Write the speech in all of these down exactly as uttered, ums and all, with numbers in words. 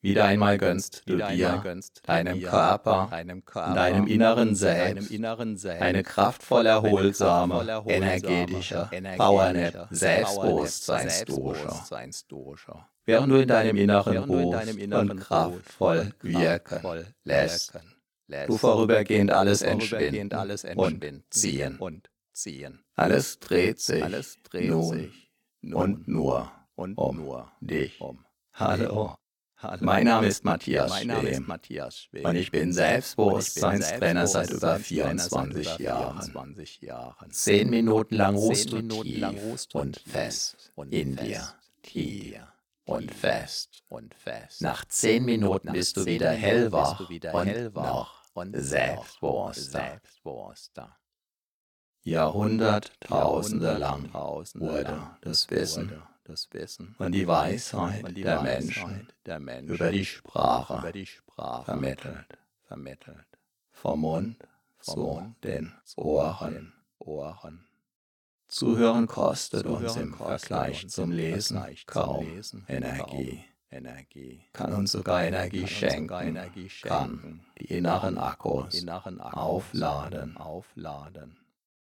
Wieder einmal gönnst du Wieder einmal dir, gönnst du deinem dir, Körper deinem und Körper, deinem inneren deinem Selbst inneren Selbst eine kraftvoll erholsame, kraftvoll erholsame, energetische energetische Powernap Selbstbewusstseinsdusche. Selbstbewusstseinsdusche, während du in deinem Inneren Während du in ruhst deinem Inneren und kraftvoll ruhst und wirken kraftvoll lässt. wirken lässt. Du vorübergehend alles Vorübergehend entschwinden alles und entschwinden ziehen. und ziehen. Alles dreht sich Alles dreht nun sich nun und nur und um nur dich. um Hallo, Hallo. mein Name ist Matthias Mein Name ist Schwem Matthias Schwem und ich bin Selbstbewusstseinstrainer seit über Selbstbewusstseinstrainer vierundzwanzig seit über Jahren. vierundzwanzig Jahren. Zehn Minuten lang ruhst Zehn du Minuten lang tief ruhst du und tief fest und in fest dir, in tief dir, und tief fest. und fest. Nach zehn Minuten Nach bist du zehn wieder Minuten hellwach bist du wieder und hellwach noch und noch selbstbewusster. selbstbewusster. Jahrhunderttausende lang Jahrhunderttausende wurde lang das Wissen wurde das Wissen und die Weisheit und die der Weisheit Menschen der Menschen über die Sprache über die Sprache vermittelt. vermittelt. Vom Mund Vom zu Mund den zu Ohren. den Ohren. Zuhören kostet Zuhören uns im kostet Vergleich uns zum im Lesen Vergleich zum kaum Lesen Energie. kaum Energie. Kann uns sogar Energie Kann uns schenken, sogar Energie kann schenken, die inneren kann Akkus die inneren Akkus aufladen. aufladen.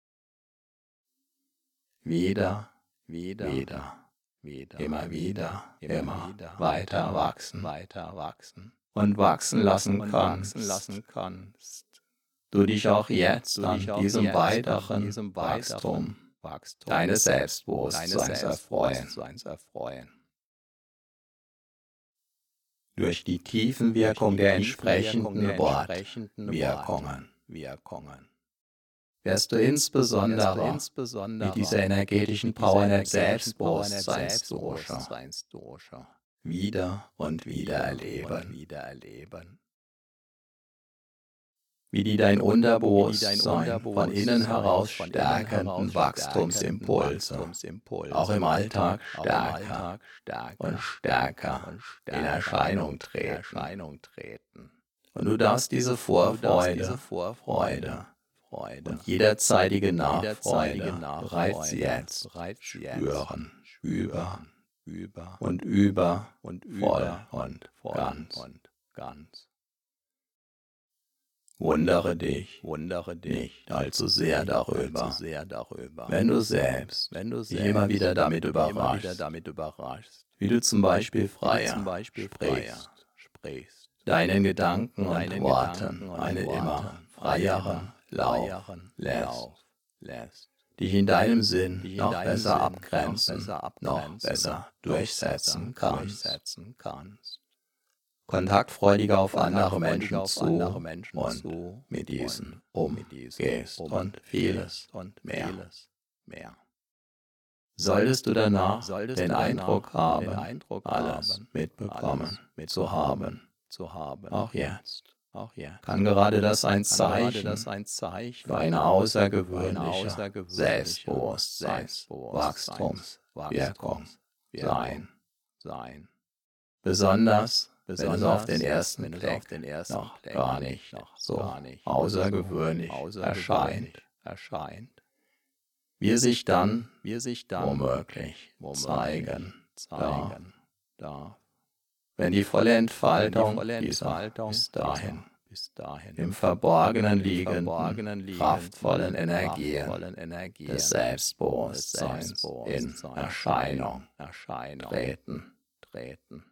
Wieder, Wieder, wieder, wieder, immer wieder, immer immer wieder, weiter wachsen weiter wachsen und wachsen lassen und kannst. wachsen lassen kannst. Du dich auch jetzt Du an dich auch diesem jetzt an weiteren diesem Wachstum weiteren Wachstum deines deines Selbstbewusstseins erfreuen. Selbstbewusstseins erfreuen. Durch die Tiefenwirkung der entsprechenden der entsprechenden Wortwirkungen Wirkungen wirst du wirst du insbesondere insbesondere mit dieser energetischen mit dieser Powernap energetischen Powernap Selbstbewusstseinsdusche Selbstbewusstseinsdusche wieder und wieder und erleben, wieder erleben, wie die dein Unterbewusstsein Unterbewusstsein von innen heraus von innen stärkenden heraus Wachstumsimpulse Wachstumsimpulse auch im Alltag auch im stärker Alltag stärker und stärker und in stärker Erscheinung in treten. Erscheinung treten. Und du darfst diese Du darfst Vorfreude, diese Freude Freude und jederzeitige jederzeitige Nachfreude Nachfreude bereits jetzt bereits spüren, jetzt über über und über, und voll über und voll ganz. und ganz. Wundere dich Wundere dich nicht allzu sehr darüber, allzu sehr darüber, wenn du selbst wenn du dich selbst immer wieder damit dich immer wieder überraschst, damit überraschst, wie du zum Beispiel wie du freier zum Beispiel sprichst, freier sprichst, deinen Gedanken und deinen Worten Gedanken und einen Worten immer einen freieren immer Lauf freieren lässt, Lauf lässt, dich in deinem Sinn dich in noch deinem besser Sinn abgrenzen, noch besser noch abgrenzen, besser noch durchsetzen besser kannst, durchsetzen kannst. kontaktfreudiger auf andere Kontaktfreudiger Menschen auf zu andere Menschen und zu mit diesen und mit diesen umgehst und vieles und mehr. vieles mehr. Solltest du danach Solltest den du danach Eindruck haben, den Eindruck alles haben, mitbekommen alles zu haben, zu haben, auch jetzt, auch jetzt, kann gerade das ein kann gerade Zeichen das ein Zeichen für eine für eine außergewöhnliche außergewöhnliche Selbstbewusstseinswachstumswirkung sein. sein. Besonders, wenn es Besonders, auf den ersten wenn es Blick auf den ersten noch Blick gar nicht noch so gar nicht außergewöhnlich so erscheint, erscheint, wir sich dann wir sich dann womöglich womöglich zeigen zeigen darf. darf. Wenn die volle Entfaltung volle dieser Entfaltung bis dahin bis dahin im Verborgenen im liegenden, Verborgenen liegenden, kraftvollen Energien kraftvollen Energien des Selbstbewusstseins des in Selbstbewusstseins Erscheinung Erscheinung treten, treten.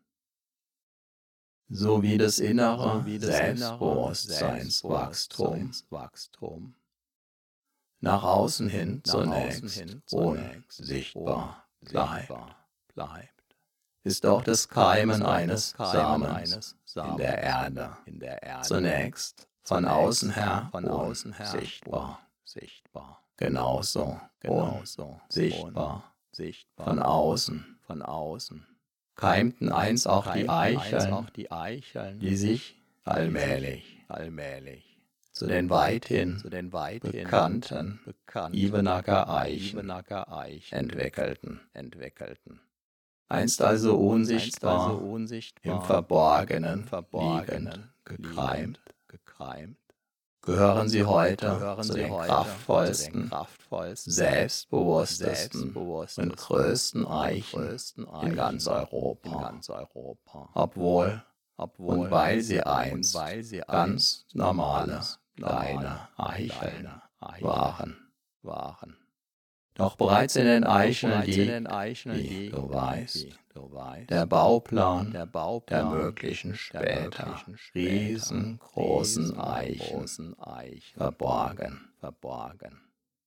so wie das innere So wie das innere Selbstbewusstseinswachstum Wachstum nach außen hin nach zunächst außen hin unsichtbar sichtbar bleibt, bleibt, ist auch das Keimen ist auch eines das Keimen Samens eines in Samens der Erde in der Erde zunächst von zunächst außen her von außen her unsichtbar, sichtbar, genauso genauso sichtbar sichtbar von außen von außen keimten einst auch die keimten einst Eicheln, auch die Eicheln, die sich allmählich allmählich zu den weithin zu den weithin bekannten bekannten Ibenacker Eichen Ibenacker Eichen entwickelten. entwickelten. Einst also Einst unsichtbar, also unsichtbar im Verborgenen, Verborgenen liegend, gekreimt, gekreimt, gehören sie heute gehören zu sie den heute kraftvollsten, zu den kraftvollsten, selbstbewusstesten selbstbewusstesten und größten und Eichen größten in Eichen ganz Europa. in ganz Europa. Obwohl obwohl, und weil sie und einst weil sie ganz einst normale, ganz kleine normale, Eicheln kleine Eicheln waren. waren. Doch bereits in den Doch Eicheln bereits in liegt, den Eicheln wie liegt, du weißt, wie du weißt, der Bauplan der der Bauplan möglichen der später möglichen später riesengroßen Eichen riesengroßen Eichen verborgen. verborgen.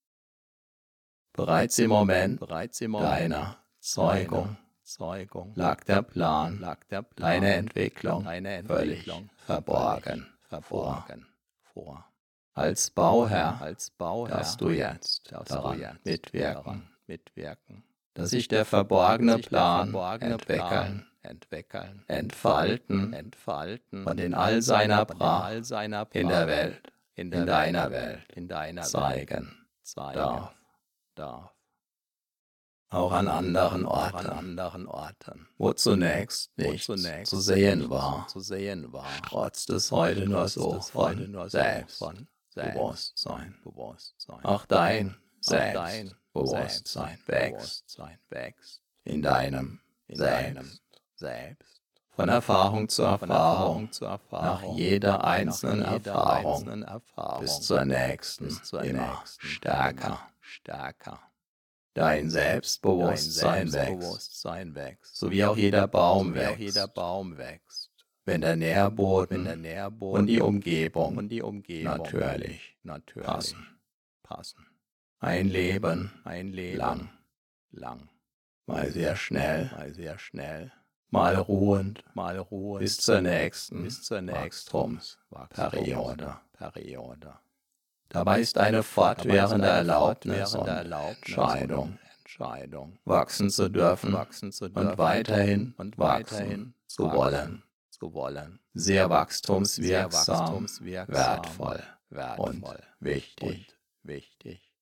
Bereits im Moment Bereits im Moment deiner Zeugung deiner Zeugung lag der Plan, lag der Plan, deine Entwicklung deine völlig Entwicklung verborgen völlig vor. verborgen vor. Als Bauherr Als Bauherr darfst du jetzt darfst daran du jetzt mitwirken, daran mitwirken, dass sich der verborgene sich der Plan verborgene entwickeln, Plan entwickeln, entfalten entfalten und in all seiner und in Pracht all seiner in der Pracht Welt, in, in der deiner Welt, Welt in deiner zeigen Welt zeigen darf. darf. Auch an anderen Auch an Orten, anderen Orten, wo zunächst wo nichts zunächst zu sehen nichts war, zu sehen war, trotz es heute nur trotzt so es heute von nur so von Selbstbewusstsein. Bewusstsein. Auch dein Auch dein Selbstbewusstsein wächst Selbstbewusstsein wächst in deinem in deinem Selbst. Selbst. Von Erfahrung zu Von Erfahrung, Erfahrung zu nach Erfahrung, jeder einzelnen nach jeder Erfahrung, einzelnen Erfahrung, bis zur nächsten, bis zur immer nächsten, stärker. immer stärker. Dein Dein Selbstbewusstsein wächst, Selbstbewusstsein wächst, so wie auch jeder Baum so wie auch jeder wächst, Baum wächst, wenn der wenn Nährboden der Nährboden und die Umgebung und die Umgebung natürlich natürlich passen. passen. Ein Leben Ein Leben lang, lang, mal sehr schnell, mal sehr schnell, mal ruhend, mal ruhend bis zur nächsten bis zur nächsten Wachstumsperiode. Periode. Dabei ist eine fortwährende Erlaubnis und fortwährende Erlaubnis Entscheidung, und Entscheidung, wachsen zu dürfen wachsen zu dürfen und weiterhin und wachsen weiterhin zu wachsen wollen. zu wollen. Sehr Sehr wachstumswirksam, wachstumswirksam, wertvoll wertvoll und wichtig. und wichtig.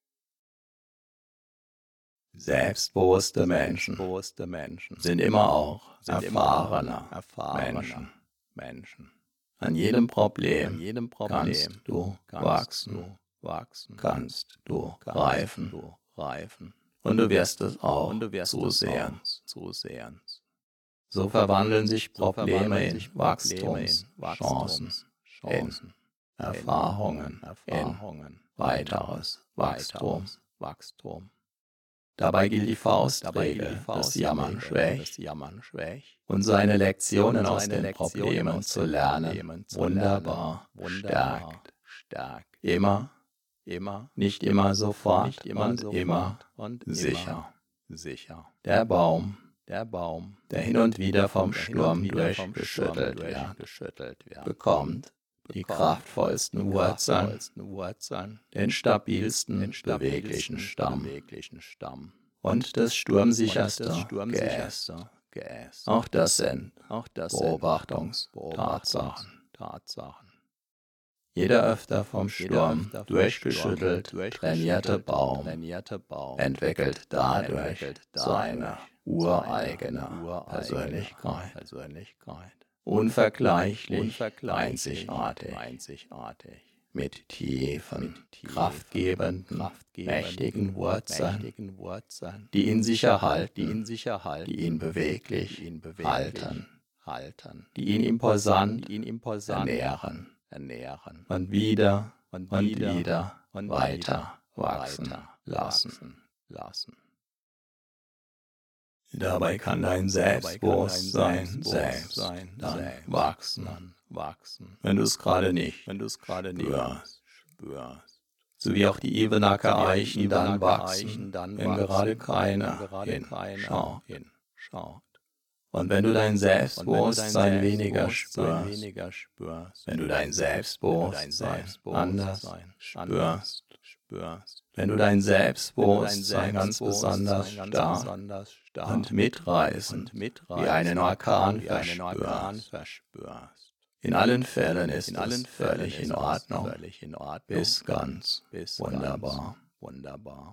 Selbstbewusste Menschen Selbstbewusste Menschen sind immer auch sind immer auch erfahrene erfahrene Menschen. Menschen. An jedem An Problem jedem kannst Problem du kannst wachsen, du wachsen, kannst du kannst reifen du reifen und du wirst es auch und du wirst es zusehen. auch zusehen. So verwandeln sich So Probleme verwandeln in sich Probleme in Wachstumschancen, in Wachstumschancen, Erfahrungen, in Erfahrungen, weiteres Wachstum. weiteres Wachstum. Dabei gilt die Dabei gilt Faustregel, die dass Jammern Faustregel, schwächt das Jammern schwächt und seine Lektionen und aus seine den Lektionen Problemen aus zu den lernen Problemen zu wunderbar lernen, wunderbar stärkt. stärkt. Immer, Immer, nicht immer sofort nicht immer und sofort immer und sicher. immer sicher. Der Baum, Der Baum, der hin und wieder vom der hin Sturm und wieder vom durchgeschüttelt Sturm wird, durchgeschüttelt wird, bekommt die bekommt kraftvollsten die Wurzeln, kraftvollsten Wurzeln, den stabilsten, den beweglichen stabilsten, Stamm beweglichen Stamm und das und sturmsicherste das Geäst. sturmsicherste Geäst. Auch das sind Auch das sind Beobachtungstatsachen. Tatsachen. Jeder öfter vom Jeder Sturm öfter vom durchgeschüttelt, Sturm trainierte durchgeschüttelt, Baum trainierte Baum entwickelt dadurch entwickelt seine dadurch ureigene seine ureigene Persönlichkeit. Persönlichkeit. Unvergleichlich, Unvergleichlich, einzigartig, einzigartig. mit tiefen, Mit tiefen, kraftgebenden, kraftgebenden, mächtigen Wurzeln, mächtigen Wurzeln, die ihn sicher halten, die ihn sicher halten, die ihn beweglich, die ihn beweglich halten, halten, die ihn imposant, die ihn imposant ernähren ernähren und wieder und und wieder, wieder und weiter wieder wachsen weiter lassen. wachsen lassen. Dabei kann dein Selbstbewusstsein selbst Selbstbewusstsein dann selbst wachsen, dann wachsen, wenn du es gerade nicht wenn du es gerade nicht spürst. spürst. So wie auch die Ebenacker So wie auch die Eichen dann Ebenacker wachsen, Eichen dann wenn wachsen, gerade wenn keiner gerade keiner hinschaut. hinschaut. Und wenn du dein Und wenn du dein Selbstbewusstsein weniger Selbstbewusstsein spürst, weniger spürst, wenn du dein wenn du dein Selbstbewusstsein anders Selbstbewusstsein spürst, spürst, wenn du dein wenn du dein Selbstbewusstsein ganz Selbstbewusstsein besonders ganz stark besonders stark und mitreißend und mitreißend wie einen Orkan wie einen Orkan verspürst. verspürst. In allen Fällen ist In allen es Fällen völlig ist in es Ordnung, völlig in Ordnung, bis ganz bis wunderbar. ganz wunderbar.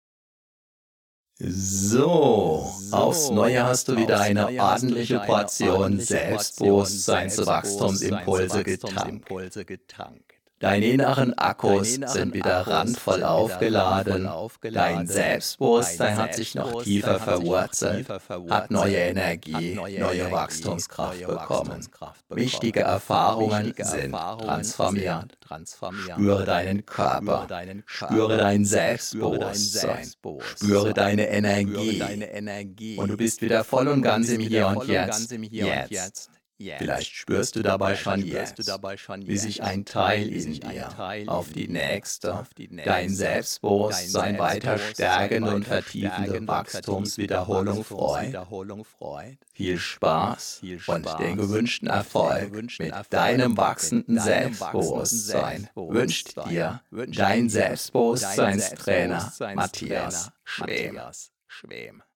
So, So, aufs Neue hast du wieder aufs eine Neue hast du ordentliche wieder eine Portion ordentliche Portion Selbstbewusstseinsimpulse Selbstbewusstseinsimpulse getankt. getankt. Deine inneren Akkus sind wieder randvoll aufgeladen. Dein Selbstbewusstsein hat sich noch tiefer verwurzelt, hat neue Energie, neue Wachstumskraft bekommen. Wichtige Erfahrungen sind transformiert. Spüre deinen Körper, spüre dein Selbstbewusstsein, spüre deine Energie. Und du bist wieder voll und ganz im Hier und Jetzt. Jetzt. Vielleicht spürst du dabei schon jetzt, wie sich ein Teil in dir auf die nächste, dein Selbstbewusstsein weiter stärkende und vertiefende Wachstumswiederholung freut. Viel Spaß und den gewünschten Erfolg mit deinem wachsenden Selbstbewusstsein wünscht dir dein Selbstbewusstseinstrainer Matthias Schwem.